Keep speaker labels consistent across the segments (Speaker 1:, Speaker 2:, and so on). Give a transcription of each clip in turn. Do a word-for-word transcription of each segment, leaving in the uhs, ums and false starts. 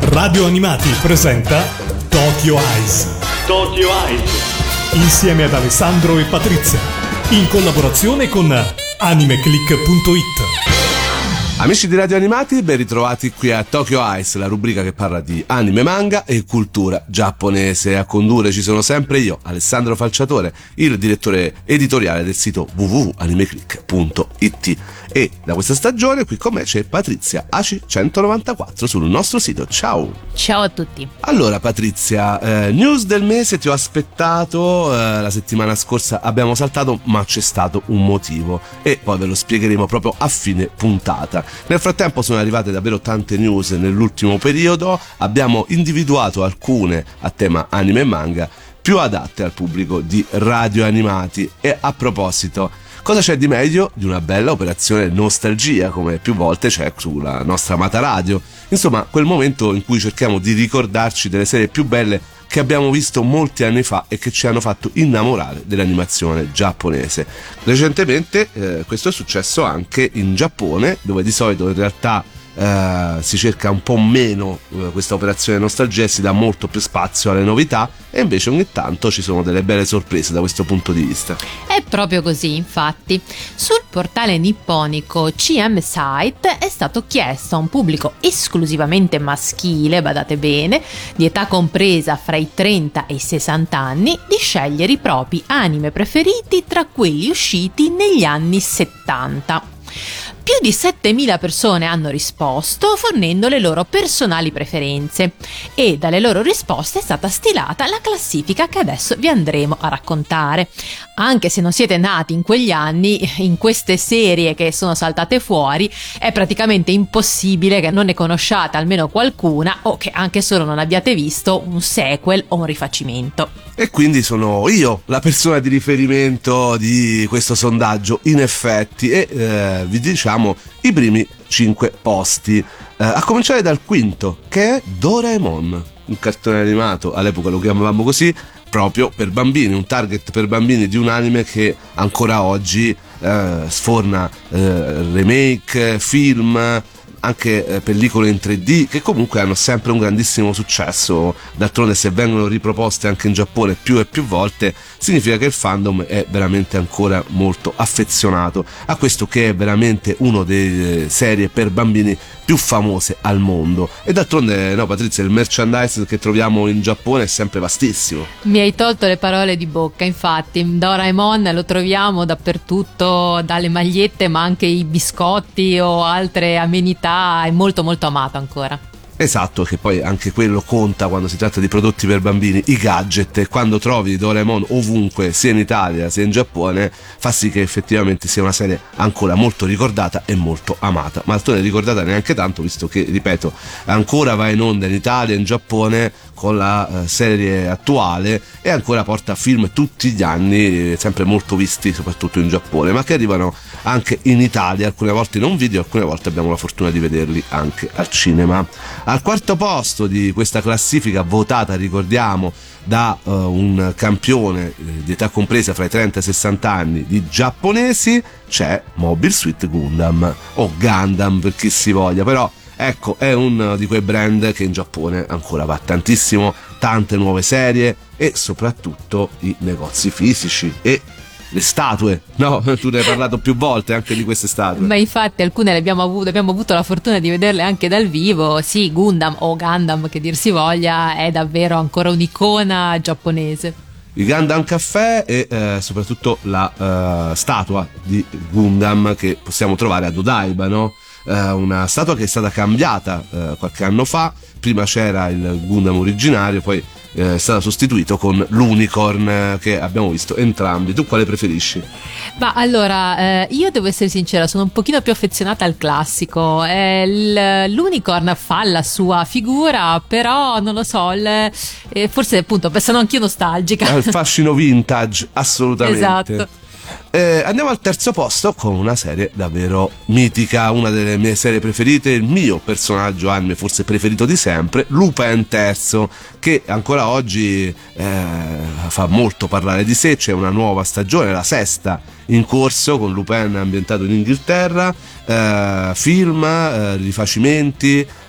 Speaker 1: Radio Animati presenta Tokyo Eyes.
Speaker 2: Tokyo Eyes.
Speaker 1: Insieme ad Alessandro e Patrizia. In collaborazione con animeclick punto it.
Speaker 3: Amici di Radio Animati, ben ritrovati qui a Tokyo Eyes, la rubrica che parla di anime, manga e cultura giapponese. A condurre ci sono sempre io, Alessandro Falciatore, il direttore editoriale del sito w w w punto animeclick punto it. E da questa stagione qui con me c'è Patrizia A C centonovantaquattro sul nostro sito. Ciao!
Speaker 4: Ciao a tutti!
Speaker 3: Allora Patrizia, eh, news del mese, ti ho aspettato, eh, la settimana scorsa abbiamo saltato, ma c'è stato un motivo e poi ve lo spiegheremo proprio a fine puntata. Nel frattempo sono arrivate davvero tante news nell'ultimo periodo, abbiamo individuato alcune a tema anime e manga più adatte al pubblico di Radio Animati. E a proposito, cosa c'è di meglio di una bella operazione nostalgia, come più volte c'è sulla nostra amata radio? Insomma, quel momento in cui cerchiamo di ricordarci delle serie più belle che abbiamo visto molti anni fa e che ci hanno fatto innamorare dell'animazione giapponese. Recentemente eh, questo è successo anche in Giappone, dove di solito in realtà eh, si cerca un po' meno eh, questa operazione nostalgia e si dà molto più spazio alle novità, e invece ogni tanto ci sono delle belle sorprese da questo punto di vista.
Speaker 4: È proprio così, infatti. Sul portale nipponico C M Site è stato chiesto a un pubblico esclusivamente maschile, badate bene, di età compresa fra i trenta e i sessanta anni, di scegliere i propri anime preferiti tra quelli usciti negli anni settanta. Più di settemila persone hanno risposto fornendo le loro personali preferenze e dalle loro risposte è stata stilata la classifica che adesso vi andremo a raccontare. Anche se non siete nati in quegli anni, in queste serie che sono saltate fuori è praticamente impossibile che non ne conosciate almeno qualcuna o che anche solo non abbiate visto un sequel o un rifacimento.
Speaker 3: E quindi sono io la persona di riferimento di questo sondaggio, in effetti, e eh, vi diciamo i primi cinque posti, eh, a cominciare dal quinto, che è Doraemon, un cartone animato, all'epoca lo chiamavamo così, proprio per bambini, un target per bambini di un anime che ancora oggi eh, sforna eh, remake, film, anche eh, pellicole in tre D che comunque hanno sempre un grandissimo successo. D'altronde, se vengono riproposte anche in Giappone più e più volte, significa che il fandom è veramente ancora molto affezionato a questo che è veramente una delle serie per bambini più famose al mondo. E d'altronde, no Patrizia, il merchandise che troviamo in Giappone è sempre vastissimo.
Speaker 4: Mi hai tolto le parole di bocca, infatti Doraemon lo troviamo dappertutto, dalle magliette ma anche i biscotti o altre amenità, è molto molto amato ancora.
Speaker 3: Esatto, che poi anche quello conta quando si tratta di prodotti per bambini, i gadget, e quando trovi Doraemon ovunque, sia in Italia sia in Giappone, fa sì che effettivamente sia una serie ancora molto ricordata e molto amata, ma non è ricordata neanche tanto, visto che, ripeto, ancora va in onda in Italia e in Giappone con la uh, serie attuale e ancora porta film tutti gli anni, eh, sempre molto visti soprattutto in Giappone, ma che arrivano anche in Italia, alcune volte in un video, alcune volte abbiamo la fortuna di vederli anche al cinema. Al quarto posto di questa classifica, votata, ricordiamo, da uh, un campione eh, di età compresa fra i trenta e i sessanta anni di giapponesi, c'è Mobile Suit Gundam, o Gundam per chi si voglia, però ecco, è uno di quei brand che in Giappone ancora va tantissimo, tante nuove serie e soprattutto i negozi fisici e le statue, no? Tu ne hai parlato più volte anche di queste statue.
Speaker 4: Ma infatti alcune le abbiamo avuto, abbiamo avuto la fortuna di vederle anche dal vivo. Sì, Gundam o Gundam che dir si voglia è davvero ancora un'icona giapponese.
Speaker 3: Il Gundam Caffè e eh, soprattutto la uh, statua di Gundam che possiamo trovare ad Odaiba, no? Uh, una statua che è stata cambiata uh, qualche anno fa. Prima c'era il Gundam originario, poi è stato sostituito con l'Unicorn, eh, che abbiamo visto entrambi. Tu quale preferisci?
Speaker 4: Ma allora, eh, io devo essere sincera, sono un pochino più affezionata al classico. Eh, l- L'Unicorn fa la sua figura, però non lo so, il, eh, forse appunto sono anch'io nostalgica.
Speaker 3: È il fascino vintage, assolutamente.
Speaker 4: Esatto.
Speaker 3: Eh, andiamo al terzo posto con una serie davvero mitica, una delle mie serie preferite, il mio personaggio anime forse preferito di sempre, Lupin terzo, che ancora oggi eh, fa molto parlare di sé. C'è una nuova stagione, la sesta in corso, con Lupin ambientato in Inghilterra, eh, film, eh, rifacimenti,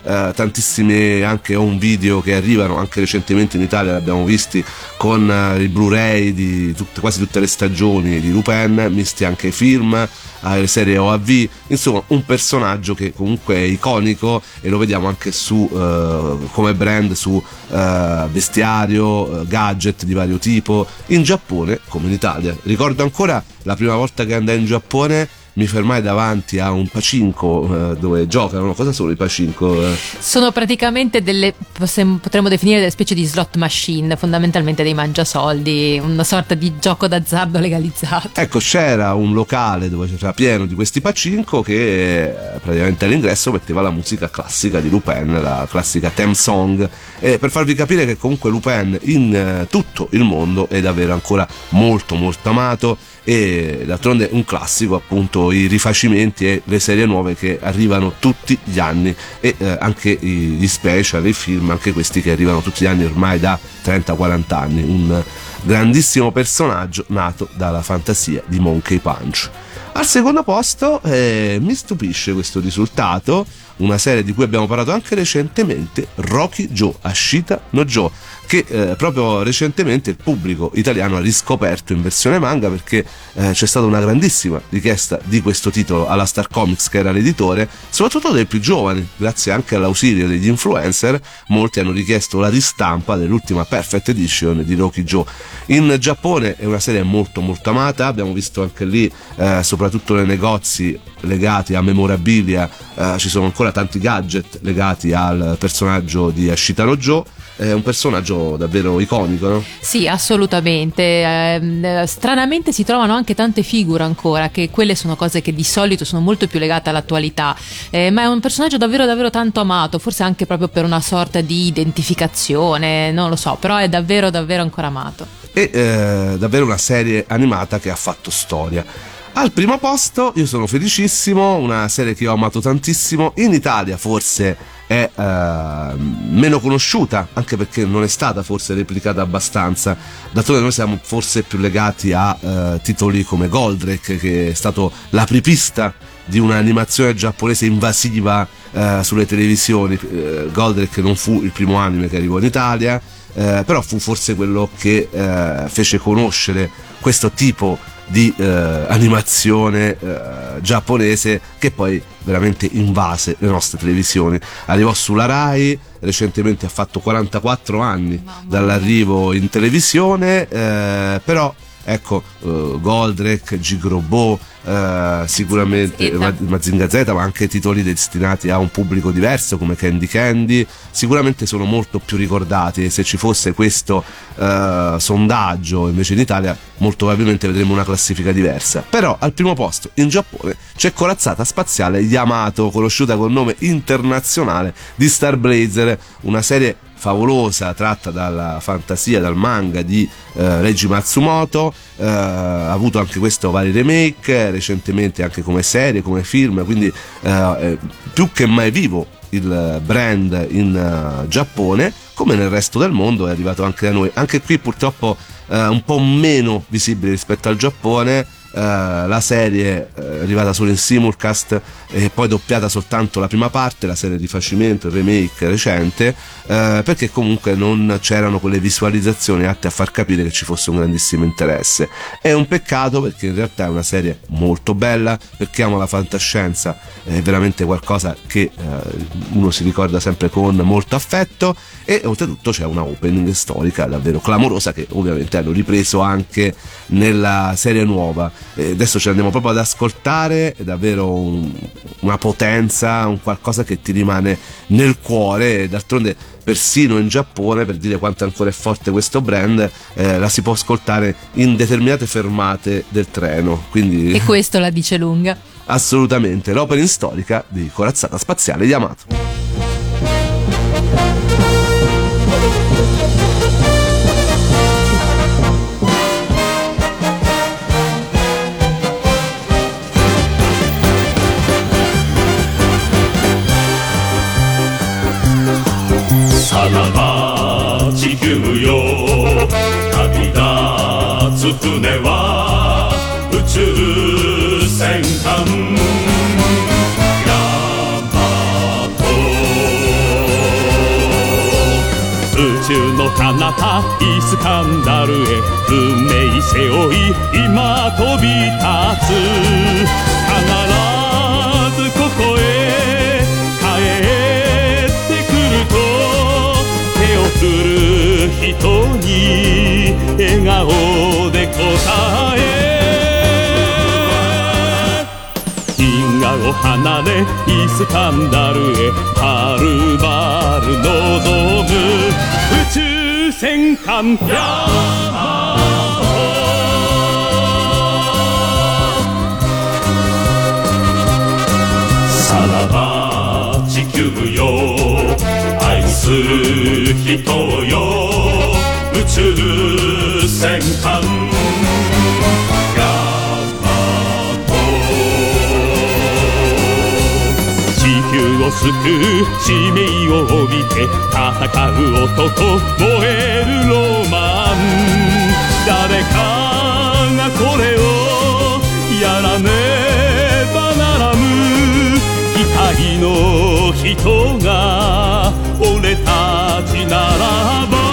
Speaker 3: eh, tantissimi anche home video che arrivano anche recentemente in Italia, li abbiamo visti con eh, i Blu-ray di tutte, quasi tutte le stagioni di Lupin, misti anche ai film, alle serie O A V, insomma un personaggio che comunque è iconico e lo vediamo anche su eh, come brand su eh, vestiario, eh, gadget di vario tipo in Giappone come in Italia. Ricordo ancora la prima volta che andai in Giappone, mi fermai davanti a un pachinko eh, dove giocano. Cosa sono i pachinko? Eh?
Speaker 4: Sono praticamente delle, potremmo definire delle specie di slot machine, fondamentalmente dei mangiasoldi, una sorta di gioco d'azzardo legalizzato.
Speaker 3: Ecco, c'era un locale dove c'era pieno di questi pachinko che eh, praticamente all'ingresso metteva la musica classica di Lupin, la classica theme song, e per farvi capire che comunque Lupin in eh, tutto il mondo è davvero ancora molto molto amato. E d'altronde un classico, appunto, i rifacimenti e le serie nuove che arrivano tutti gli anni e eh, anche gli special, i film, anche questi che arrivano tutti gli anni ormai da trenta quaranta anni. Un grandissimo personaggio nato dalla fantasia di Monkey Punch. Al secondo posto eh, mi stupisce questo risultato, una serie di cui abbiamo parlato anche recentemente, Rocky Joe, Ashita no Joe, che eh, proprio recentemente il pubblico italiano ha riscoperto in versione manga, perché eh, c'è stata una grandissima richiesta di questo titolo alla Star Comics, che era l'editore, soprattutto dei più giovani. Grazie anche all'ausilio degli influencer, molti hanno richiesto la ristampa dell'ultima Perfect Edition di Rocky Joe. In Giappone è una serie molto molto amata, abbiamo visto anche lì eh, soprattutto nei negozi legati a memorabilia, eh, ci sono ancora tanti gadget legati al personaggio di Ashita no Joe. È un personaggio davvero iconico, no?
Speaker 4: Sì, assolutamente. Eh, stranamente si trovano anche tante figure ancora, che quelle sono cose che di solito sono molto più legate all'attualità, eh, ma è un personaggio davvero davvero tanto amato, forse anche proprio per una sorta di identificazione, non lo so, però è davvero davvero ancora amato.
Speaker 3: E eh, davvero una serie animata che ha fatto storia. Al primo posto, io sono felicissimo, una serie che ho amato tantissimo, in Italia forse è eh, meno conosciuta, anche perché non è stata forse replicata abbastanza. D'altronde noi siamo forse più legati a eh, titoli come Goldrake, che è stato l'apripista di un'animazione giapponese invasiva eh, sulle televisioni. eh, Goldrake non fu il primo anime che arrivò in Italia, eh, però fu forse quello che eh, fece conoscere questo tipo di eh, animazione eh, giapponese, che poi veramente invase le nostre televisioni. Arrivò sulla Rai, recentemente ha fatto quarantaquattro anni dall'arrivo in televisione, eh, però ecco, uh, Goldrake, Gigrobo, uh, sicuramente Mazinga Z, ma anche titoli destinati a un pubblico diverso come Candy Candy sicuramente sono molto più ricordati, e se ci fosse questo uh, sondaggio invece in Italia molto probabilmente vedremo una classifica diversa. Però al primo posto in Giappone c'è Corazzata Spaziale Yamato, conosciuta col nome internazionale di Star Blazer, una serie favolosa tratta dalla fantasia, dal manga di eh, Reiji Matsumoto. eh, ha avuto anche questo vari remake recentemente, anche come serie, come film, quindi eh, più che mai vivo il brand in uh, Giappone, come nel resto del mondo è arrivato anche da noi. Anche qui purtroppo eh, un po' meno visibile rispetto al Giappone. Uh, la serie uh, è arrivata solo in simulcast e poi doppiata soltanto la prima parte, la serie di facimento, il remake recente, uh, perché comunque non c'erano quelle visualizzazioni atte a far capire che ci fosse un grandissimo interesse. È un peccato, perché in realtà è una serie molto bella, perché ama la fantascienza, è veramente qualcosa che uh, uno si ricorda sempre con molto affetto, e oltretutto c'è una opening storica davvero clamorosa, che ovviamente hanno ripreso anche nella serie nuova. E adesso ce l'andiamo proprio ad ascoltare, è davvero un, una potenza, un qualcosa che ti rimane nel cuore, e d'altronde persino in Giappone, per dire quanto ancora è forte questo brand, eh, la si può ascoltare in determinate fermate del treno, quindi
Speaker 4: e questo la dice lunga.
Speaker 3: Assolutamente, l'opening storica di Corazzata Spaziale Yamato.
Speaker 2: さらば地球よ旅立つ船は宇宙戦艦ヤマトを放ったイスカンダルへ運命背負い今飛び立つ必ずここへ帰ってくると手を振る人に笑顔で答え銀河を離れイスカンダルへはるばる望む宇宙戦艦ヤマトさらば地球よ愛する人よ宇宙戦艦地球を救う使命を帯びて戦う男燃えるロマン誰かがこれをやらねばならぬ光の人が俺たちならば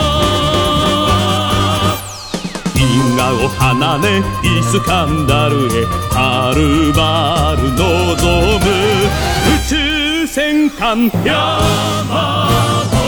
Speaker 2: 銀河を離れイスカンダルへはるばる望む宇宙戦艦ヤマト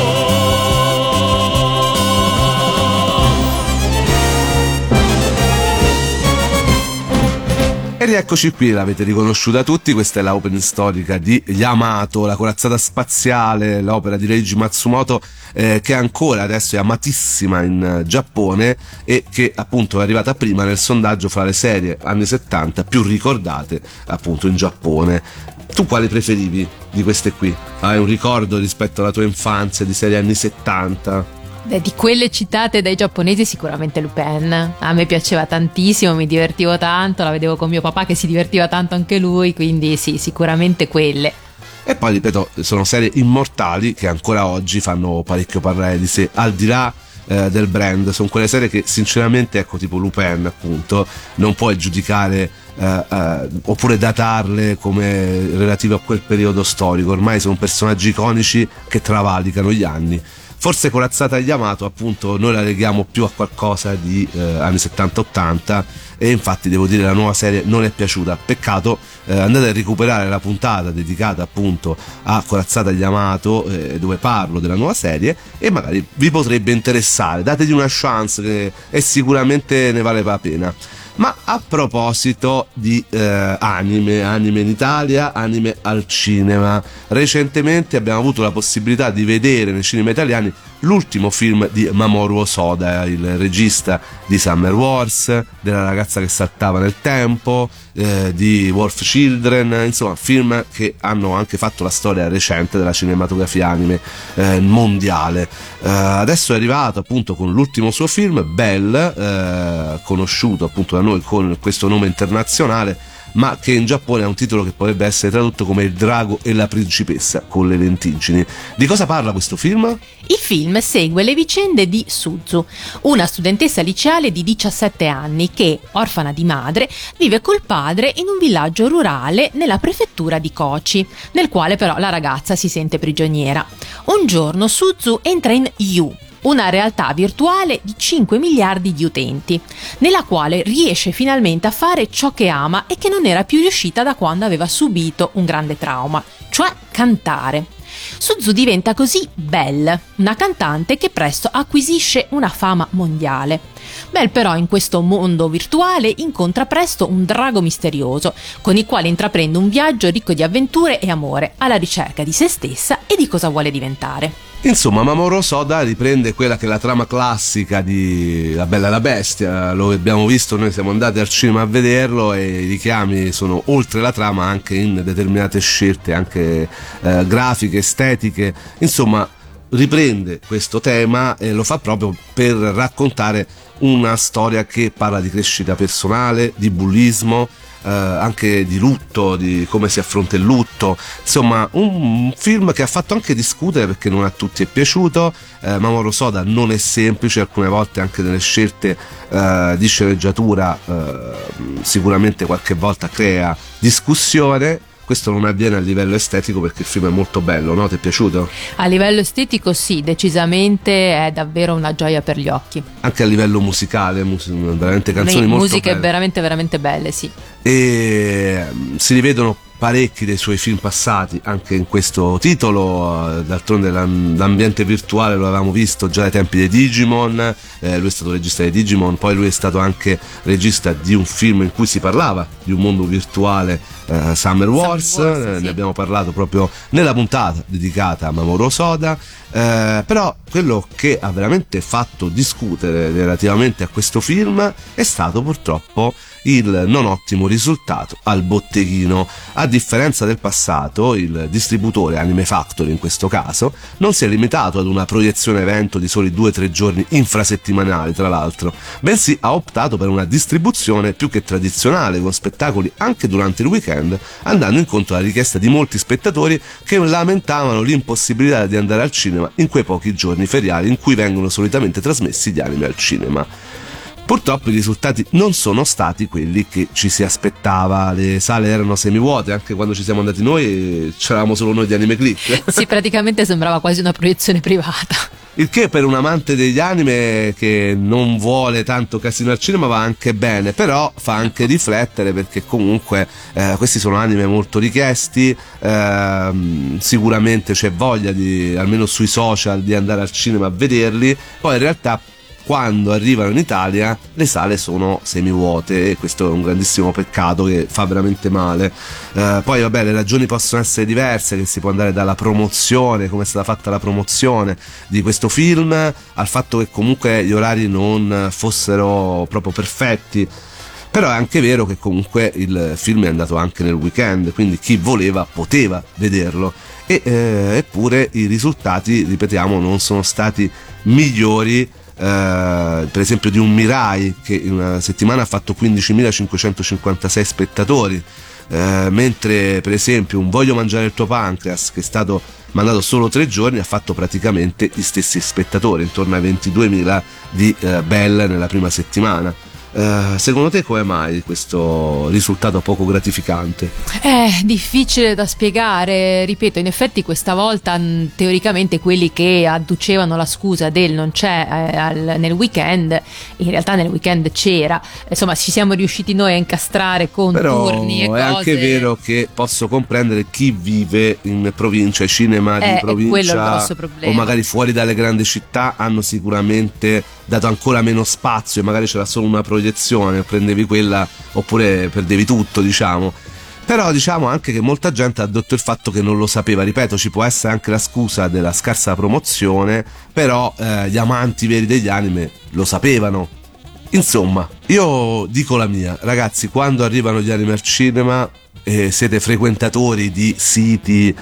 Speaker 3: E rieccoci qui, l'avete riconosciuta tutti, questa è la opening storica di Yamato, la corazzata spaziale, l'opera di Reiji Matsumoto eh, che ancora adesso è amatissima in Giappone e che appunto è arrivata prima nel sondaggio fra le serie anni settanta più ricordate appunto in Giappone. Tu quali preferivi di queste qui? Hai un ricordo rispetto alla tua infanzia di serie anni settanta?
Speaker 4: Beh, di quelle citate dai giapponesi sicuramente Lupin. A me piaceva tantissimo, mi divertivo tanto, la vedevo con mio papà che si divertiva tanto anche lui, quindi sì, sicuramente quelle.
Speaker 3: E poi ripeto, sono serie immortali che ancora oggi fanno parecchio parlare di sé, al di là eh, del brand. Sono quelle serie che sinceramente, ecco, tipo Lupin appunto, non puoi giudicare eh, eh, oppure datarle come relative a quel periodo storico. Ormai sono personaggi iconici che travalicano gli anni. Forse Corazzata Yamato appunto noi la leghiamo più a qualcosa di eh, anni settanta ottanta e infatti devo dire la nuova serie non è piaciuta, peccato. Eh, andate a recuperare la puntata dedicata appunto a Corazzata Yamato eh, dove parlo della nuova serie e magari vi potrebbe interessare, dategli una chance che e sicuramente ne vale la pena. Ma a proposito di eh, anime, anime in Italia, anime al cinema, recentemente abbiamo avuto la possibilità di vedere nei cinema italiani l'ultimo film di Mamoru Hosoda, il regista di Summer Wars, della ragazza che saltava nel tempo, eh, di Wolf Children, insomma film che hanno anche fatto la storia recente della cinematografia anime eh, mondiale. Eh, adesso è arrivato appunto con l'ultimo suo film, Belle, eh, conosciuto appunto da noi con questo nome internazionale, ma che in Giappone ha un titolo che potrebbe essere tradotto come Il drago e la principessa con le lentiggini. Di cosa parla questo film?
Speaker 4: Il film segue le vicende di Suzu, una studentessa liceale di diciassette anni che, orfana di madre, vive col padre in un villaggio rurale nella prefettura di Kochi, nel quale però la ragazza si sente prigioniera. Un giorno Suzu entra in You, una realtà virtuale di cinque miliardi di utenti, nella quale riesce finalmente a fare ciò che ama e che non era più riuscita da quando aveva subito un grande trauma, cioè cantare. Suzu diventa così Belle, una cantante che presto acquisisce una fama mondiale. Belle però in questo mondo virtuale incontra presto un drago misterioso, con il quale intraprende un viaggio ricco di avventure e amore, alla ricerca di se stessa e di cosa vuole diventare.
Speaker 3: Insomma, Mamoru Hosoda riprende quella che è la trama classica di La Bella e la Bestia, lo abbiamo visto, noi siamo andati al cinema a vederlo e i richiami sono oltre la trama anche in determinate scelte anche eh, grafiche, estetiche, insomma riprende questo tema e lo fa proprio per raccontare una storia che parla di crescita personale, di bullismo, Eh, anche di lutto, di come si affronta il lutto, insomma un film che ha fatto anche discutere perché non a tutti è piaciuto. eh, Mamoru Hosoda non è semplice, alcune volte anche nelle scelte eh, di sceneggiatura eh, sicuramente qualche volta crea discussione, questo non avviene a livello estetico perché il film è molto bello, no? Ti è piaciuto?
Speaker 4: A livello estetico sì, decisamente è davvero una gioia per gli occhi.
Speaker 3: Anche a livello musicale, mus- veramente canzoni
Speaker 4: Le
Speaker 3: molto
Speaker 4: musiche
Speaker 3: belle.
Speaker 4: veramente veramente belle, sì.
Speaker 3: E si rivedono parecchi dei suoi film passati anche in questo titolo. D'altronde l'ambiente virtuale lo avevamo visto già ai tempi dei Digimon, eh, lui è stato regista dei Digimon, poi lui è stato anche regista di un film in cui si parlava di un mondo virtuale, eh, Summer Wars,
Speaker 4: Summer Wars,
Speaker 3: eh,
Speaker 4: sì.
Speaker 3: ne abbiamo parlato proprio nella puntata dedicata a Mamoru Soda. Eh, però quello che ha veramente fatto discutere relativamente a questo film è stato purtroppo il non ottimo risultato al botteghino. A differenza del passato, il distributore Anime Factory in questo caso non si è limitato ad una proiezione evento di soli due o tre giorni infrasettimanali, tra l'altro, bensì ha optato per una distribuzione più che tradizionale, con spettacoli anche durante il weekend, andando incontro alla richiesta di molti spettatori che lamentavano l'impossibilità di andare al cinema in quei pochi giorni feriali in cui vengono solitamente trasmessi gli anime al cinema. Purtroppo i risultati non sono stati quelli che ci si aspettava, le sale erano semivuote, anche quando ci siamo andati noi c'eravamo solo noi di Anime Click.
Speaker 4: Sì, praticamente sembrava quasi una proiezione privata.
Speaker 3: Il che per un amante degli anime che non vuole tanto casino al cinema va anche bene, però fa anche riflettere perché comunque eh, questi sono anime molto richiesti, eh, sicuramente c'è voglia di, almeno sui social, di andare al cinema a vederli, poi in realtà quando arrivano in Italia le sale sono semivuote e questo è un grandissimo peccato che fa veramente male. Eh, poi vabbè, le ragioni possono essere diverse, che si può andare dalla promozione, come è stata fatta la promozione di questo film, al fatto che comunque gli orari non fossero proprio perfetti. Però è anche vero che comunque il film è andato anche nel weekend, quindi chi voleva poteva vederlo. E eh, eppure i risultati, ripetiamo, non sono stati migliori. Uh, per esempio di un Mirai che in una settimana ha fatto quindicimilacinquecentocinquantasei spettatori, uh, mentre per esempio un Voglio mangiare il tuo pancreas, che è stato mandato solo tre giorni, ha fatto praticamente gli stessi spettatori, intorno ai ventiduemila di uh, Bell nella prima settimana. Uh, secondo te come mai questo risultato poco gratificante?
Speaker 4: È difficile da spiegare, ripeto, in effetti questa volta mh, teoricamente quelli che adducevano la scusa del non c'è eh, al, nel weekend, in realtà nel weekend c'era, insomma ci siamo riusciti noi a incastrare con
Speaker 3: Però
Speaker 4: turni e
Speaker 3: è
Speaker 4: cose.
Speaker 3: anche vero che posso comprendere chi vive in provincia, i cinema di
Speaker 4: Eh, è
Speaker 3: provincia
Speaker 4: quello il grosso problema.
Speaker 3: o magari fuori dalle grandi città hanno sicuramente dato ancora meno spazio e magari c'era solo una proiezione, prendevi quella oppure perdevi tutto, diciamo. Però diciamo anche che molta gente ha detto il fatto che non lo sapeva, ripeto, ci può essere anche la scusa della scarsa promozione, però eh, gli amanti veri degli anime lo sapevano. Insomma, io dico la mia, ragazzi, quando arrivano gli anime al cinema, eh, siete frequentatori di siti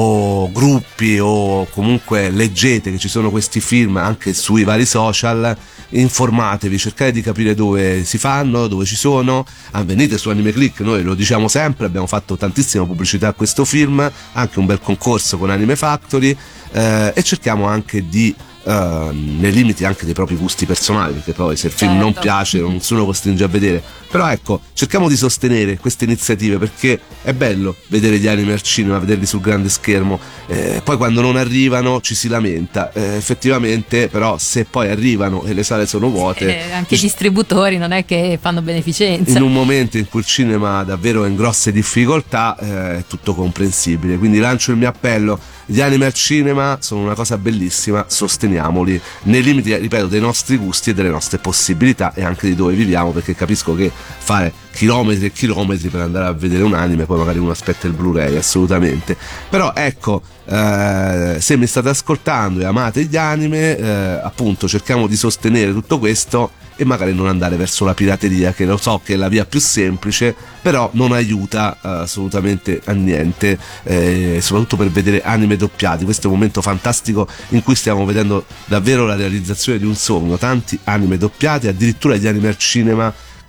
Speaker 3: o gruppi o comunque leggete che ci sono questi film anche sui vari social, informatevi, cercate di capire dove si fanno, dove ci sono, ah, venite su Anime Click, noi lo diciamo sempre, abbiamo fatto tantissima pubblicità a questo film, anche un bel concorso con Anime Factory, eh, e cerchiamo anche di Uh, nei limiti anche dei propri gusti personali, perché poi se il film
Speaker 4: certo.
Speaker 3: non piace non nessuno costringe a vedere, però ecco, cerchiamo di sostenere queste iniziative perché è bello vedere gli anime al cinema, vederli sul grande schermo, eh, poi quando non arrivano ci si lamenta, eh, effettivamente però se poi arrivano e le sale sono vuote,
Speaker 4: eh, anche i distributori non è che fanno beneficenza
Speaker 3: in un momento in cui il cinema davvero è in grosse difficoltà, eh, è tutto comprensibile, quindi lancio il mio appello: gli anime al cinema sono una cosa bellissima, sosteniamoli nei limiti, ripeto, dei nostri gusti e delle nostre possibilità e anche di dove viviamo, perché capisco che fare chilometri e chilometri per andare a vedere un anime, poi magari uno aspetta il Blu-ray, assolutamente. Però ecco, eh, se mi state ascoltando e amate gli anime, eh, appunto cerchiamo di sostenere tutto questo e magari non andare verso la pirateria, che lo so che è la via più semplice, però non aiuta uh, assolutamente a niente, eh, soprattutto per vedere anime doppiati. Questo è un momento fantastico in cui stiamo vedendo davvero la realizzazione di un sogno, tanti anime doppiati, addirittura gli anime al cinema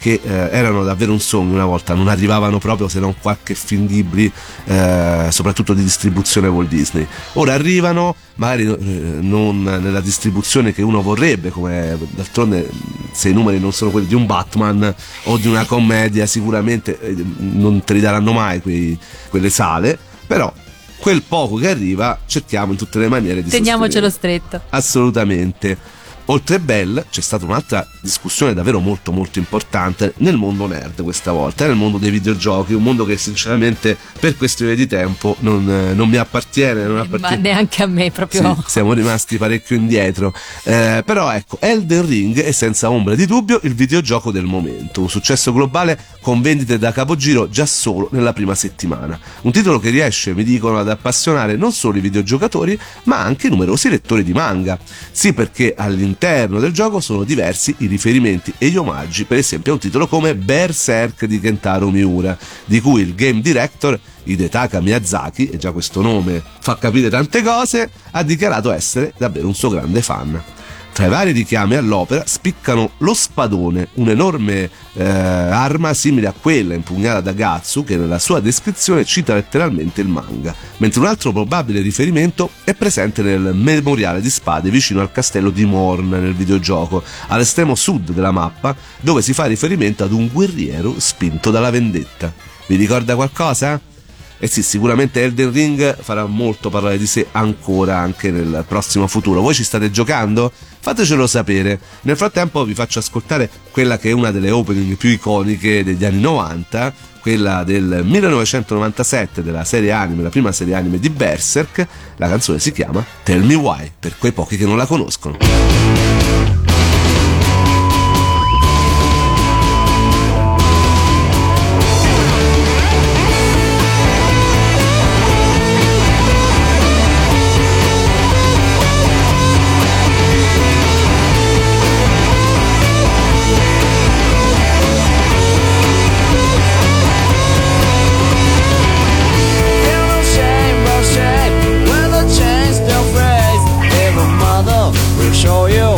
Speaker 3: che eh, erano davvero un sogno una volta, non arrivavano proprio se non qualche film libri, eh, soprattutto di distribuzione Walt Disney. Ora arrivano, magari eh, non nella distribuzione che uno vorrebbe, come d'altronde se i numeri non sono quelli di un Batman o di una commedia sicuramente eh, non te li daranno mai quei, quelle sale, però quel poco che arriva cerchiamo in tutte le maniere di
Speaker 4: teniamocelo
Speaker 3: sostenere.
Speaker 4: stretto.
Speaker 3: Assolutamente. Oltre Bell c'è stata un'altra discussione davvero molto molto importante nel mondo nerd questa volta, nel mondo dei videogiochi, un mondo che sinceramente per questione di tempo non, non mi appartiene, non appartiene.
Speaker 4: Ma neanche a me proprio.
Speaker 3: Sì, siamo rimasti parecchio indietro, eh, però ecco, Elden Ring è senza ombra di dubbio il videogioco del momento, un successo globale con vendite da capogiro già solo nella prima settimana, un titolo che riesce, mi dicono, ad appassionare non solo i videogiocatori ma anche numerosi lettori di manga, sì, perché all'interno All'interno del gioco sono diversi i riferimenti e gli omaggi, per esempio a un titolo come Berserk di Kentaro Miura, di cui il game director Hidetaka Miyazaki, e già questo nome fa capire tante cose, ha dichiarato essere davvero un suo grande fan. Tra i vari richiami all'opera spiccano lo spadone, un'enorme eh, arma simile a quella impugnata da Gatsu, che nella sua descrizione cita letteralmente il manga, mentre un altro probabile riferimento è presente nel memoriale di spade vicino al castello di Morn nel videogioco, all'estremo sud della mappa, dove si fa riferimento ad un guerriero spinto dalla vendetta. Vi ricorda qualcosa? Eh sì, sicuramente Elden Ring farà molto parlare di sé ancora anche nel prossimo futuro. Voi ci state giocando? Fatecelo sapere. Nel frattempo vi faccio ascoltare quella che è una delle opening più iconiche degli anni novanta, quella del millenovecentonovantasette della serie anime, la prima serie anime di Berserk. La canzone si chiama Tell Me Why, per quei pochi che non la conoscono.
Speaker 5: Show you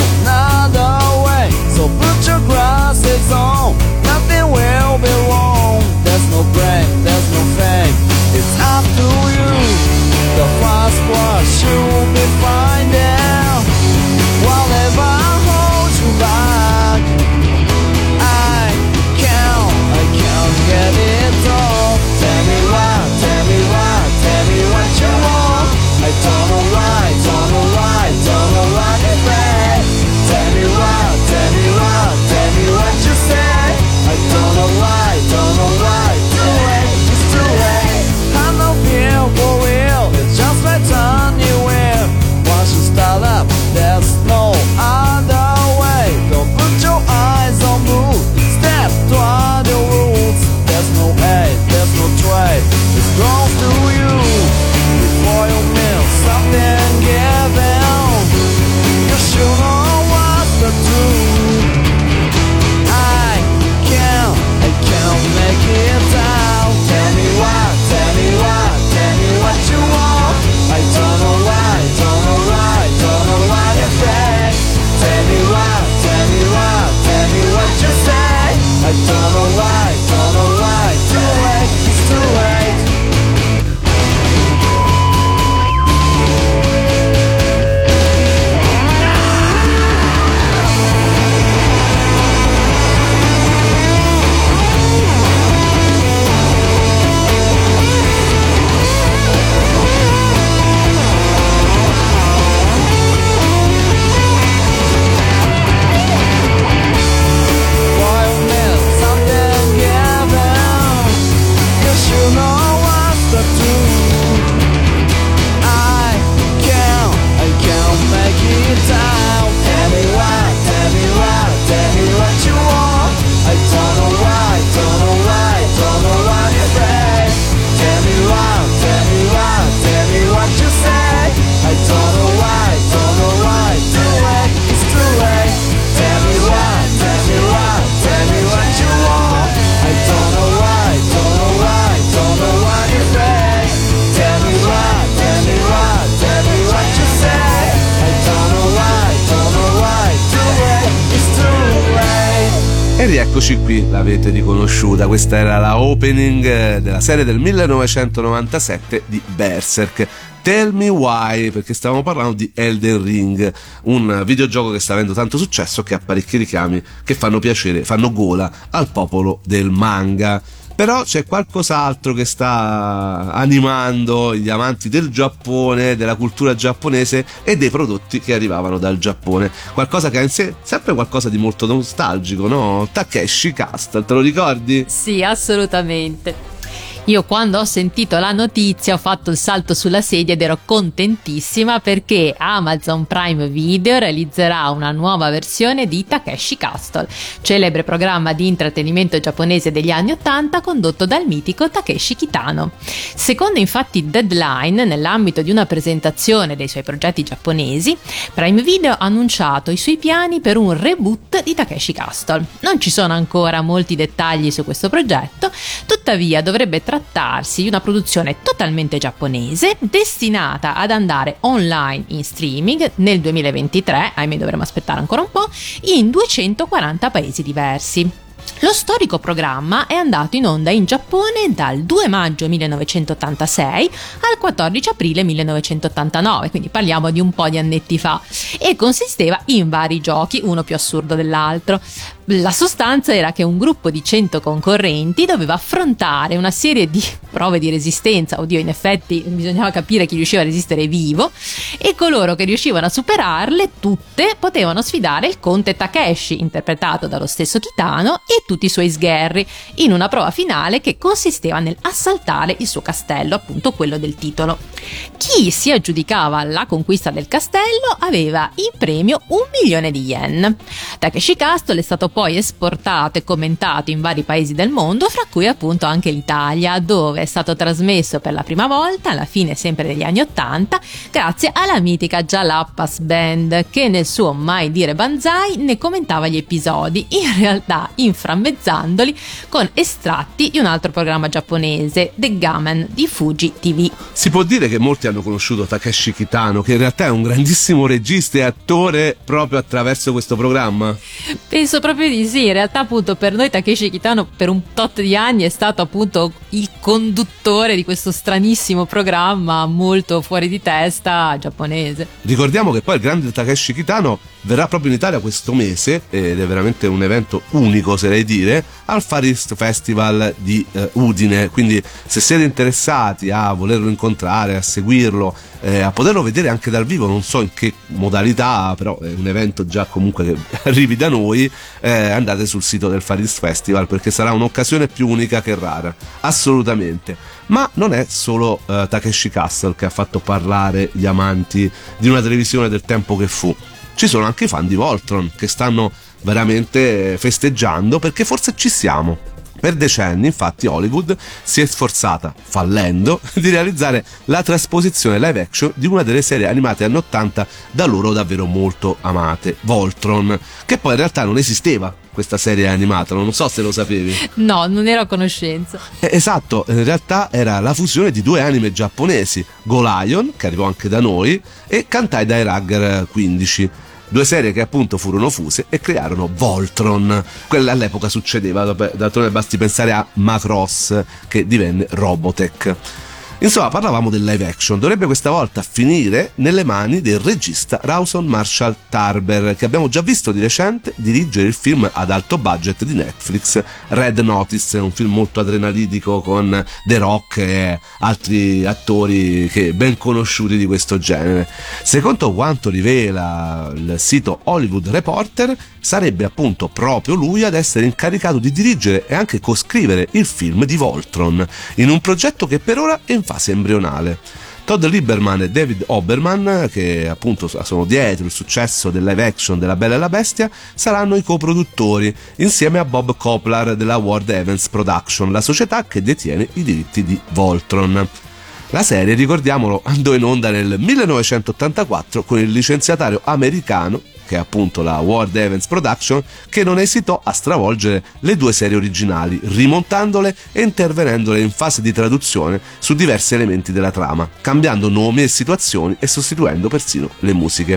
Speaker 3: rieccoci qui, l'avete riconosciuta, questa era la opening della serie del millenovecentonovantasette di Berserk. Tell Me Why, perché stavamo parlando di Elden Ring, un videogioco che sta avendo tanto successo, che ha parecchi richiami che fanno piacere, fanno gola al popolo del manga. Però c'è qualcos'altro che sta animando gli amanti del Giappone, della cultura giapponese e dei prodotti che arrivavano dal Giappone. Qualcosa che ha in sé sempre qualcosa di molto nostalgico, no? Takeshi Castle, te lo ricordi?
Speaker 4: Sì, assolutamente. Io quando ho sentito la notizia ho fatto il salto sulla sedia ed ero contentissima perché Amazon Prime Video realizzerà una nuova versione di Takeshi Castle, celebre programma di intrattenimento giapponese degli anni ottanta condotto dal mitico Takeshi Kitano. Secondo infatti Deadline, nell'ambito di una presentazione dei suoi progetti giapponesi, Prime Video ha annunciato i suoi piani per un reboot di Takeshi Castle. Non ci sono ancora molti dettagli su questo progetto, tuttavia dovrebbe trattarsi trattarsi di una produzione totalmente giapponese destinata ad andare online in streaming nel duemilaventitré, ahimè dovremo aspettare ancora un po', in duecentoquaranta paesi diversi. Lo storico programma è andato in onda in Giappone dal due maggio millenovecentottantasei al quattordici aprile millenovecentottantanove, quindi parliamo di un po' di annetti fa, e consisteva in vari giochi, uno più assurdo dell'altro. La sostanza era che un gruppo di cento concorrenti doveva affrontare una serie di prove di resistenza, oddio in effetti bisognava capire chi riusciva a resistere vivo, e coloro che riuscivano a superarle tutte potevano sfidare il conte Takeshi, interpretato dallo stesso Kitano, e tutti i suoi sgherri, in una prova finale che consisteva nell'assaltare il suo castello, appunto quello del titolo. Chi si aggiudicava la conquista del castello aveva in premio un milione di yen. Takeshi Castle è stato poi esportato e commentato in vari paesi del mondo, fra cui appunto anche l'Italia, dove è stato trasmesso per la prima volta alla fine sempre degli anni ottanta grazie alla mitica Jalapas Band, che nel suo Mai Dire Banzai ne commentava gli episodi, in realtà inframmezzandoli con estratti di un altro programma giapponese, The Gamen di Fuji T V.
Speaker 3: Si può dire che molti hanno conosciuto Takeshi Kitano, che in realtà è un grandissimo regista e attore, proprio attraverso questo programma?
Speaker 4: Penso proprio di sì. In realtà appunto per noi Takeshi Kitano per un tot di anni è stato appunto il conduttore di questo stranissimo programma molto fuori di testa giapponese.
Speaker 3: Ricordiamo che poi il grande Takeshi Kitano verrà proprio in Italia questo mese, ed è veramente un evento unico, oserei dire, al Far East Festival di eh, Udine. Quindi se siete interessati a volerlo incontrare, a seguirlo, eh, a poterlo vedere anche dal vivo, non so in che modalità, però è un evento già comunque che arrivi da noi, eh, andate sul sito del Far East Festival, perché sarà un'occasione più unica che rara, assolutamente. Ma non è solo eh, Takeshi Castle che ha fatto parlare gli amanti di una televisione del tempo che fu. Ci sono anche i fan di Voltron che stanno veramente festeggiando, perché forse ci siamo. Per decenni, infatti, Hollywood si è sforzata, fallendo, di realizzare la trasposizione live action di una delle serie animate anni ottanta da loro davvero molto amate, Voltron, che poi in realtà non esisteva questa serie animata, non so se lo sapevi.
Speaker 4: No, non ero a conoscenza.
Speaker 3: Eh, esatto, in realtà era la fusione di due anime giapponesi, Go Lion, che arrivò anche da noi, e Kantai Dairakger quindici. Due serie che appunto furono fuse e crearono Voltron. Quella all'epoca succedeva, d'altronde basti pensare a Macross, che divenne Robotech. Insomma, parlavamo del live action. Dovrebbe questa volta finire nelle mani del regista Rawson Marshall Tarber, che abbiamo già visto di recente dirigere il film ad alto budget di Netflix Red Notice, un film molto adrenalitico con The Rock e altri attori che ben conosciuti di questo genere. Secondo quanto rivela il sito Hollywood Reporter, sarebbe appunto proprio lui ad essere incaricato di dirigere e anche coscrivere il film di Voltron, in un progetto che per ora è in fase embrionale. Todd Lieberman e David Oberman, che appunto sono dietro il successo del live action della Bella e la Bestia, saranno i coproduttori, insieme a Bob Koplar della Ward Evans Production, la società che detiene i diritti di Voltron. La serie, ricordiamolo, andò in onda nel millenovecentottantaquattro con il licenziatario americano, che è appunto la Ward Evans Production, che non esitò a stravolgere le due serie originali, rimontandole e intervenendole in fase di traduzione su diversi elementi della trama, cambiando nomi e situazioni e sostituendo persino le musiche.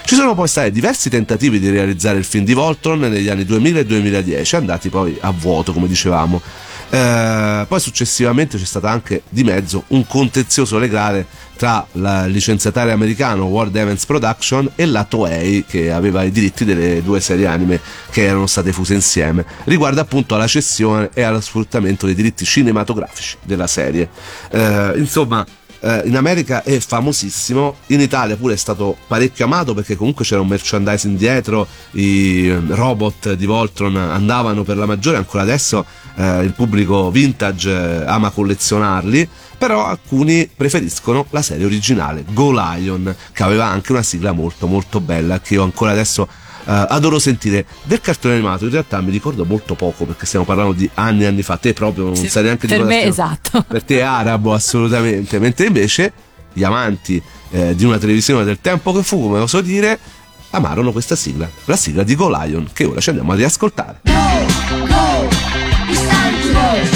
Speaker 3: Ci sono poi stati diversi tentativi di realizzare il film di Voltron negli anni duemila e duemiladieci, andati poi a vuoto, come dicevamo. Eh, poi successivamente c'è stato anche di mezzo un contenzioso legale tra il licenziatario americano World Events Production e la Toei, che aveva i diritti delle due serie anime che erano state fuse insieme, riguardo appunto alla cessione e allo sfruttamento dei diritti cinematografici della serie. Eh, insomma, in America è famosissimo, in Italia pure è stato parecchio amato, perché comunque c'era un merchandising dietro, i robot di Voltron andavano per la maggiore, ancora adesso eh, il pubblico vintage eh, ama collezionarli, però alcuni preferiscono la serie originale Go Lion, che aveva anche una sigla molto molto bella che io ancora adesso Uh, adoro sentire. Del cartone animato in realtà mi ricordo molto poco, perché stiamo parlando di anni e anni fa, te proprio non sì, sai neanche di
Speaker 4: cosa
Speaker 3: stiamo.
Speaker 4: Per me esatto.
Speaker 3: Per te è arabo assolutamente, mentre invece gli amanti eh, di una televisione del tempo che fu, come oso dire, amarono questa sigla, la sigla di Go Lion, che ora ci andiamo a riascoltare. Go, go, it's time to go.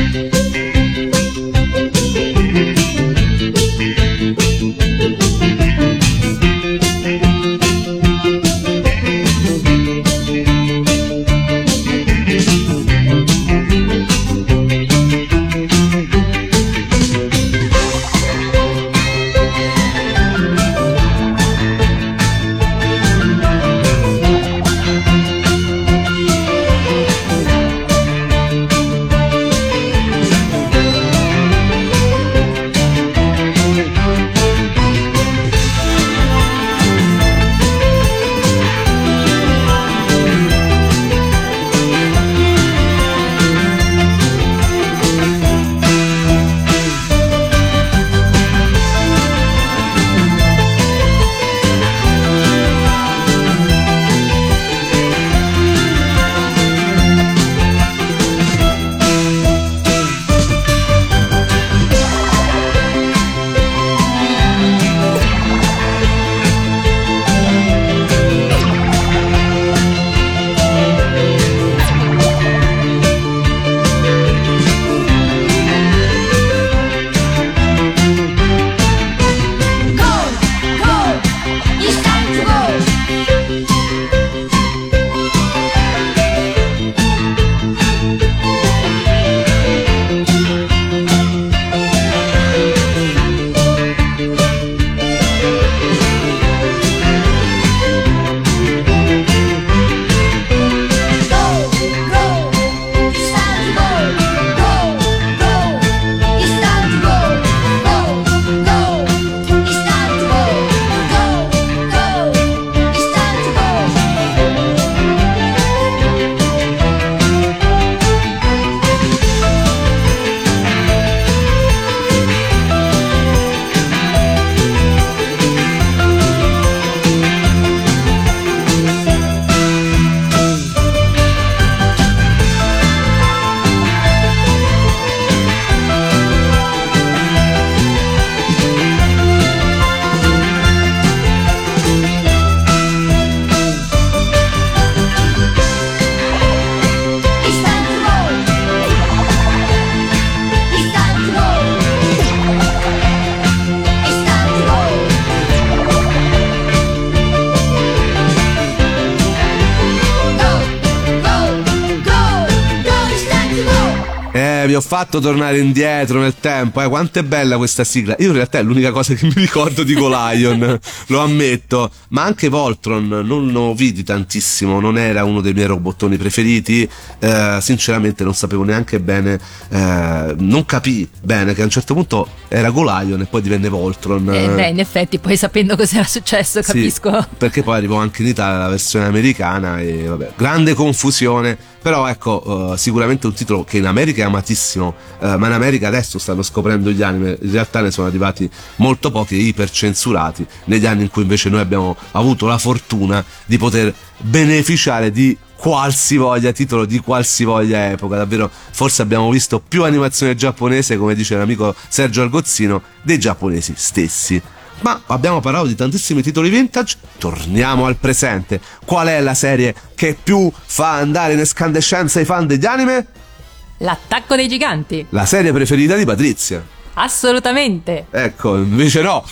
Speaker 3: Vi ho fatto tornare indietro nel tempo, eh, quanto è bella questa sigla. Io in realtà è l'unica cosa che mi ricordo di Go Lion, lo ammetto, ma anche Voltron non lo vidi tantissimo, non era uno dei miei robottoni preferiti, eh, sinceramente non sapevo neanche bene, eh, non capii bene che a un certo punto era Go Lion e poi divenne Voltron.
Speaker 4: Eh, beh, in effetti poi sapendo cos'era successo capisco.
Speaker 3: Sì, perché poi arrivò anche in Italia la versione americana e vabbè, grande confusione. Però ecco, uh, sicuramente un titolo che in America è amatissimo, uh, ma in America adesso stanno scoprendo gli anime, in realtà ne sono arrivati molto pochi e ipercensurati negli anni in cui invece noi abbiamo avuto la fortuna di poter beneficiare di qualsivoglia titolo di qualsivoglia epoca. Davvero, forse abbiamo visto più animazione giapponese, come dice l'amico Sergio Algozzino, dei giapponesi stessi. Ma abbiamo parlato di tantissimi titoli vintage, torniamo al presente. Qual è la serie che più fa andare in escandescenza i fan degli anime?
Speaker 4: L'attacco dei giganti.
Speaker 3: La serie preferita di Patrizia.
Speaker 4: Assolutamente.
Speaker 3: Ecco, invece no,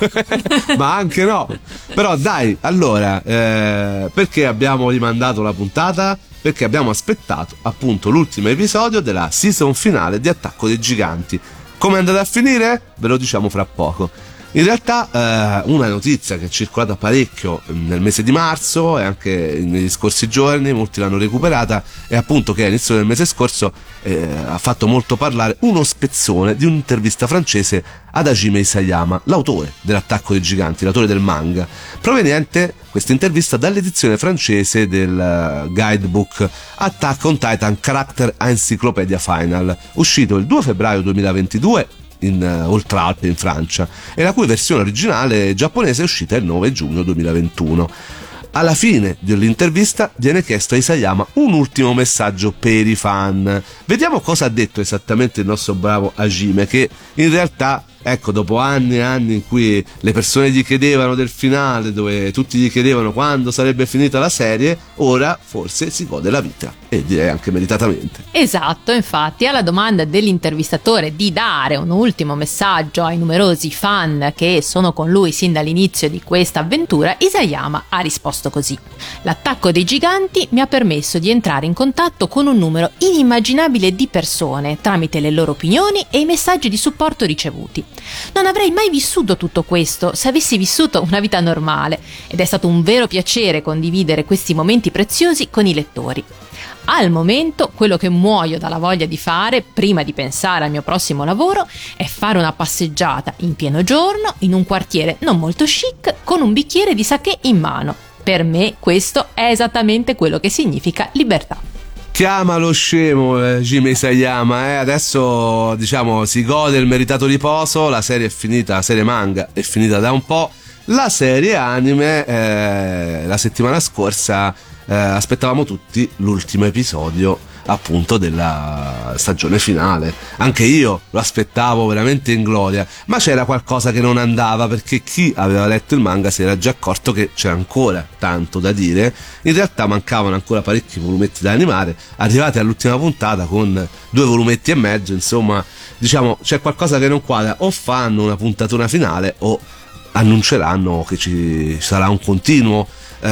Speaker 3: ma anche no. Però dai, allora, eh, perché abbiamo rimandato la puntata? Perché abbiamo aspettato appunto l'ultimo episodio della season finale di Attacco dei Giganti. Come è andata a finire? Ve lo diciamo fra poco. In realtà eh, una notizia che è circolata parecchio nel mese di marzo e anche negli scorsi giorni, molti l'hanno recuperata, è appunto che all'inizio del mese scorso eh, ha fatto molto parlare uno spezzone di un'intervista francese ad Hajime Isayama, l'autore dell'Attacco dei Giganti, l'autore del manga, proveniente questa intervista dall'edizione francese del uh, guidebook Attack on Titan Character Encyclopedia Final, uscito il due febbraio duemilaventidue in uh, Oltralpe in Francia, e la cui versione originale giapponese è uscita il nove giugno duemilaventuno. Alla fine dell'intervista viene chiesto a Isayama un ultimo messaggio per i fan. Vediamo cosa ha detto esattamente il nostro bravo Hajime, che in realtà, ecco, dopo anni e anni in cui le persone gli chiedevano del finale, dove tutti gli chiedevano quando sarebbe finita la serie, ora forse si gode la vita, e direi anche meritatamente.
Speaker 4: Esatto, infatti alla domanda dell'intervistatore di dare un ultimo messaggio ai numerosi fan che sono con lui sin dall'inizio di questa avventura, Isayama ha risposto così: l'attacco dei giganti mi ha permesso di entrare in contatto con un numero inimmaginabile di persone tramite le loro opinioni e i messaggi di supporto ricevuti. Non avrei mai vissuto tutto questo se avessi vissuto una vita normale, ed è stato un vero piacere condividere questi momenti preziosi con i lettori. Al momento quello che muoio dalla voglia di fare, prima di pensare al mio prossimo lavoro, è fare una passeggiata in pieno giorno in un quartiere non molto chic con un bicchiere di sake in mano. Per me questo è esattamente quello che significa libertà.
Speaker 3: Chiamalo scemo eh, Hajime Isayama, eh. Adesso diciamo si gode il meritato riposo, la serie è finita, la serie manga è finita da un po', la serie anime eh, la settimana scorsa eh, aspettavamo tutti l'ultimo episodio appunto della stagione finale. Anche io lo aspettavo veramente in gloria, ma c'era qualcosa che non andava, perché chi aveva letto il manga si era già accorto che c'era ancora tanto da dire. In realtà mancavano ancora parecchi volumetti da animare, arrivati all'ultima puntata con due volumetti e mezzo, insomma diciamo c'è qualcosa che non quadra, o fanno una puntatona finale o annunceranno che ci sarà un continuo.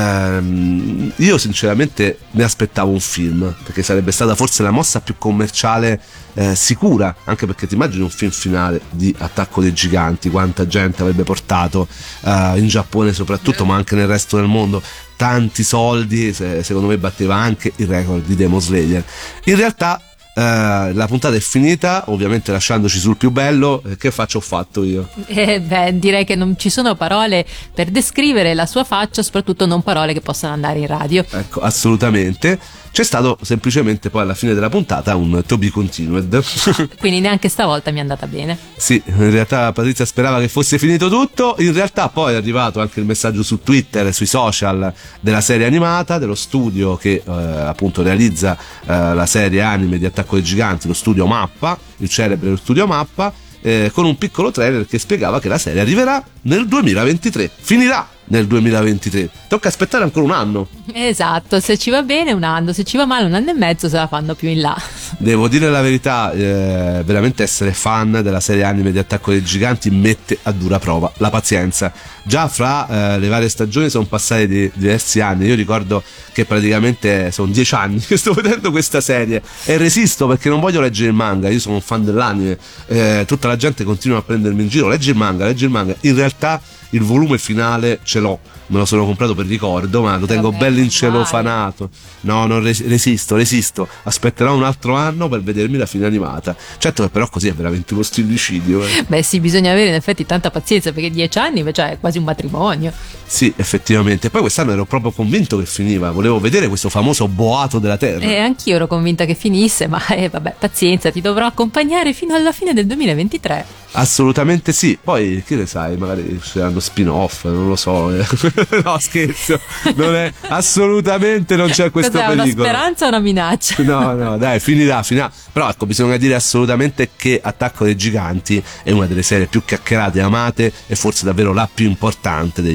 Speaker 3: Ehm, io sinceramente mi aspettavo un film, perché sarebbe stata forse la mossa più commerciale eh, sicura, anche perché ti immagini un film finale di Attacco dei Giganti, quanta gente avrebbe portato eh, in Giappone soprattutto, ma anche nel resto del mondo, tanti soldi, se, secondo me batteva anche il record di Demon Slayer. In realtà Uh, la puntata è finita, ovviamente lasciandoci sul più bello. Che faccia ho fatto io?
Speaker 4: Eh beh, direi che non ci sono parole per descrivere la sua faccia, soprattutto non parole che possano andare in radio.
Speaker 3: Ecco, assolutamente. C'è stato semplicemente poi alla fine della puntata un to be continued.
Speaker 4: Quindi neanche stavolta mi è andata bene.
Speaker 3: Sì, in realtà Patrizia sperava che fosse finito tutto. In realtà poi è arrivato anche il messaggio su Twitter e sui social della serie animata, dello studio che eh, appunto realizza eh, la serie anime di Attacco dei Giganti, lo studio Mappa, il celebre studio Mappa, eh, con un piccolo trailer che spiegava che la serie arriverà nel duemilaventitré, finirà nel duemilaventitré, tocca aspettare ancora un anno.
Speaker 4: Esatto, se ci va bene un anno, se ci va male un anno e mezzo, se la fanno più in là.
Speaker 3: Devo dire la verità, eh, veramente essere fan della serie anime di Attacco dei Giganti mette a dura prova la pazienza. Già fra eh, le varie stagioni sono passati di, diversi anni. Io ricordo che praticamente sono dieci anni che sto vedendo questa serie e resisto perché non voglio leggere il manga. Io sono un fan dell'anime, eh, tutta la gente continua a prendermi in giro: leggi il manga, leggi il manga. In realtà il volume finale ce l'ho, me lo sono comprato per ricordo, ma lo tengo
Speaker 4: Vabbè,
Speaker 3: bello incelofanato. No, non res- resisto, resisto. Aspetterò un altro anno per vedermi la fine animata. Certo che però così è veramente uno stillicidio. Eh.
Speaker 4: Beh sì, bisogna avere in effetti tanta pazienza, perché dieci anni invece è quasi un matrimonio.
Speaker 3: Sì, effettivamente. Poi quest'anno ero proprio convinto che finiva, volevo vedere questo famoso boato della Terra.
Speaker 4: E anch'io ero convinta che finisse, ma eh, vabbè, pazienza, ti dovrò accompagnare fino alla fine del duemilaventitré.
Speaker 3: Assolutamente sì. Poi chi ne sai, magari saranno spin-off, non lo so. No, scherzo, non è assolutamente, non c'è questo
Speaker 4: Cos'è,
Speaker 3: pericolo.
Speaker 4: una speranza o una minaccia?
Speaker 3: No, no, dai, finirà, finirà. Però ecco, bisogna dire assolutamente che Attacco dei Giganti è una delle serie più chiacchierate e amate, e forse davvero la più importante degli ultimi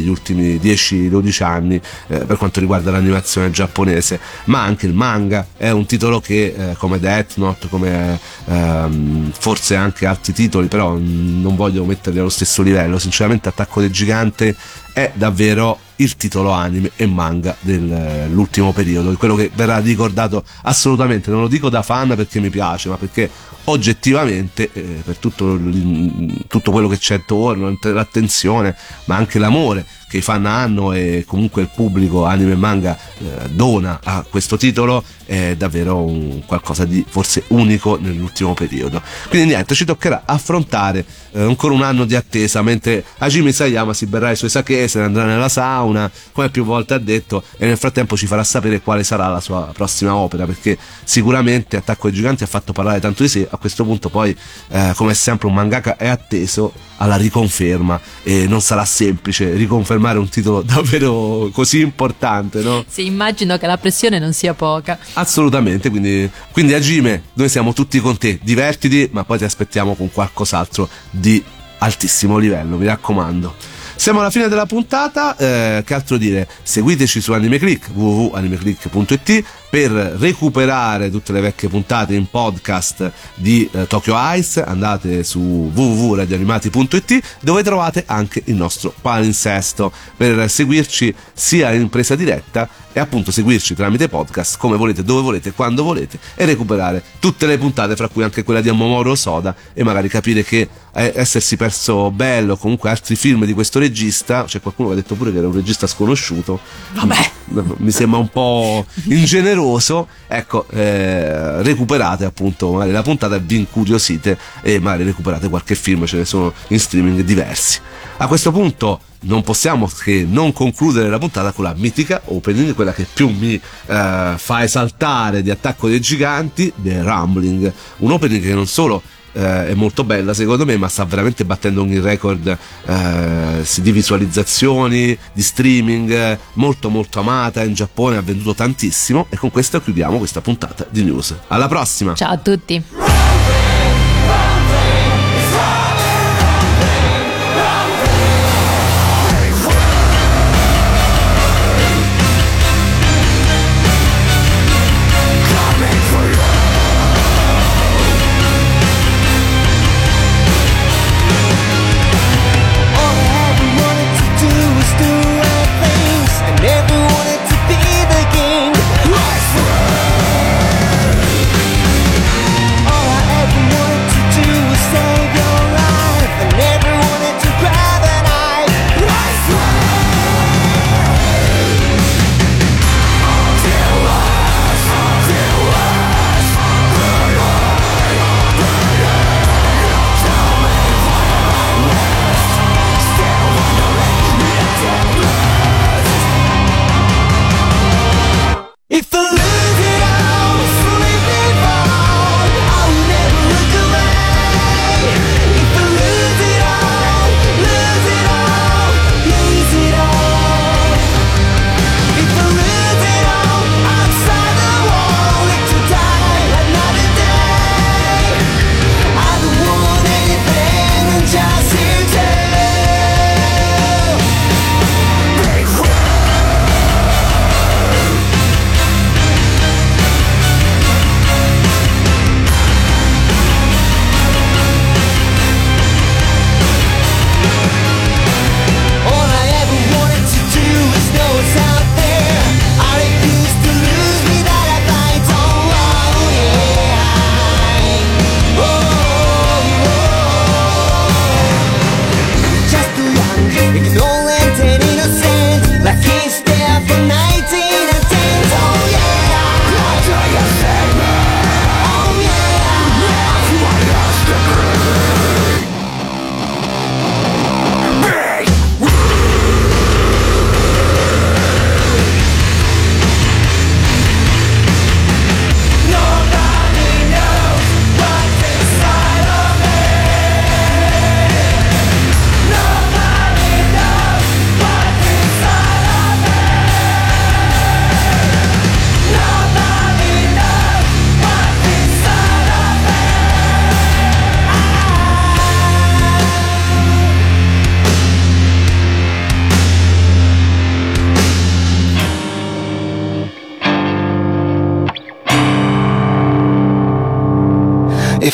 Speaker 3: ultimi dieci dodici anni eh, per quanto riguarda l'animazione giapponese, ma anche il manga è un titolo che eh, come Death Note, come ehm, forse anche altri titoli, però non voglio metterli allo stesso livello, sinceramente Attacco del Gigante è davvero il titolo anime e manga dell'ultimo periodo, quello che verrà ricordato assolutamente, non lo dico da fan perché mi piace, ma perché oggettivamente eh, per tutto, tutto quello che c'è attorno, l'attenzione ma anche l'amore che i fan hanno e comunque il pubblico anime e manga eh, dona a questo titolo, è davvero un qualcosa di forse unico nell'ultimo periodo. Quindi niente, ci toccherà affrontare eh, ancora un anno di attesa, mentre Hajime Isayama si berrà i suoi sake, se ne andrà nella sauna, come più volte ha detto, e nel frattempo ci farà sapere quale sarà la sua prossima opera, perché sicuramente Attacco ai Giganti ha fatto parlare tanto di sé. A questo punto poi eh, come sempre un mangaka è atteso alla riconferma e non sarà semplice riconfermare un titolo davvero così importante, no?
Speaker 4: Sì, immagino che la pressione non sia poca.
Speaker 3: Assolutamente, quindi, quindi Hajime, noi siamo tutti con te, divertiti, ma poi ti aspettiamo con qualcos'altro di altissimo livello, mi raccomando. Siamo alla fine della puntata, eh, che altro dire? Seguiteci su AnimeClick, w w w punto animeclick punto i t, per recuperare tutte le vecchie puntate in podcast di eh, Tokyo Ice. Andate su w w w punto radioanimati punto i t, dove trovate anche il nostro palinsesto per seguirci sia in presa diretta e appunto seguirci tramite podcast come volete, dove volete, quando volete, e recuperare tutte le puntate, fra cui anche quella di Momoro Soda, e magari capire che eh, essersi perso Bello, comunque altri film di questo regista, c'è qualcuno che ha detto pure che era un regista sconosciuto,
Speaker 4: vabbè,
Speaker 3: mi sembra un po' ingeneroso, ecco, eh, recuperate appunto magari la puntata e vi incuriosite e magari recuperate qualche film, ce ne sono in streaming diversi. A questo punto non possiamo che non concludere la puntata con la mitica opening, quella che più mi eh, fa esaltare di Attacco dei Giganti, The Rumbling, un opening che non solo eh, è molto bella secondo me, ma sta veramente battendo ogni record eh, di visualizzazioni, di streaming, eh, molto molto amata in Giappone, ha venduto tantissimo, e con questo chiudiamo questa puntata di news. Alla prossima!
Speaker 4: Ciao a tutti!
Speaker 5: All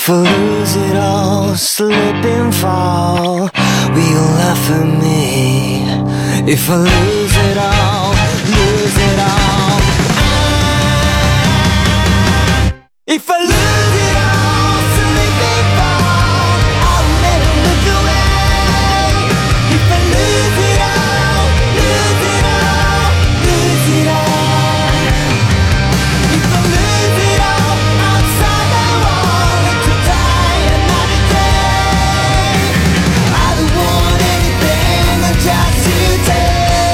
Speaker 5: If I lose it all, slip and fall, will you laugh at me? If I lose it all, lose it all, ah. If I lose it all, slip and fall, I'll never look away. If I lose it all, lose it all, lose it all. If I lose it all, outside the wall, to die another day. I don't want anything but just you take.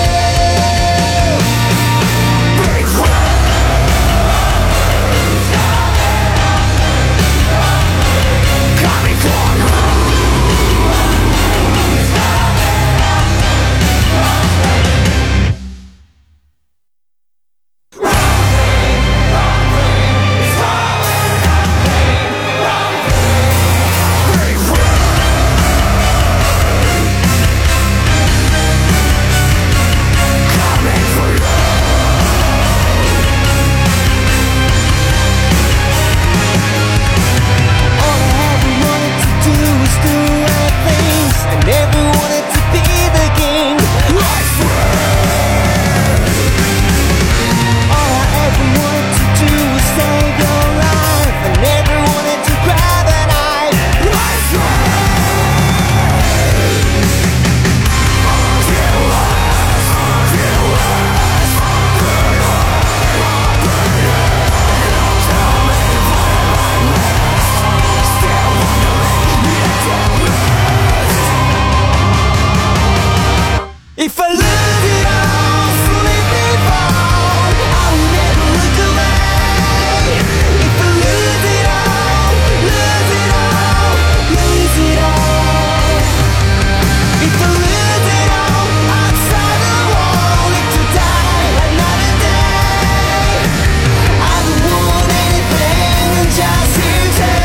Speaker 5: If I lose it all, slip and fall, I'll never look away. If I lose it all, lose it all, lose it all. If I lose it all, outside the wall, to die another day. I don't want anything but just you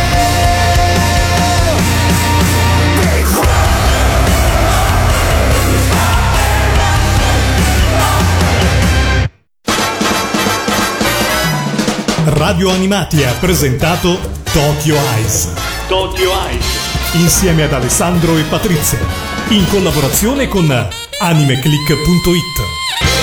Speaker 5: too. Big
Speaker 1: Radio Animati ha presentato Tokyo Eyes.
Speaker 2: Tokyo Eyes.
Speaker 1: Insieme ad Alessandro e Patrizia. In collaborazione con animeclick punto it.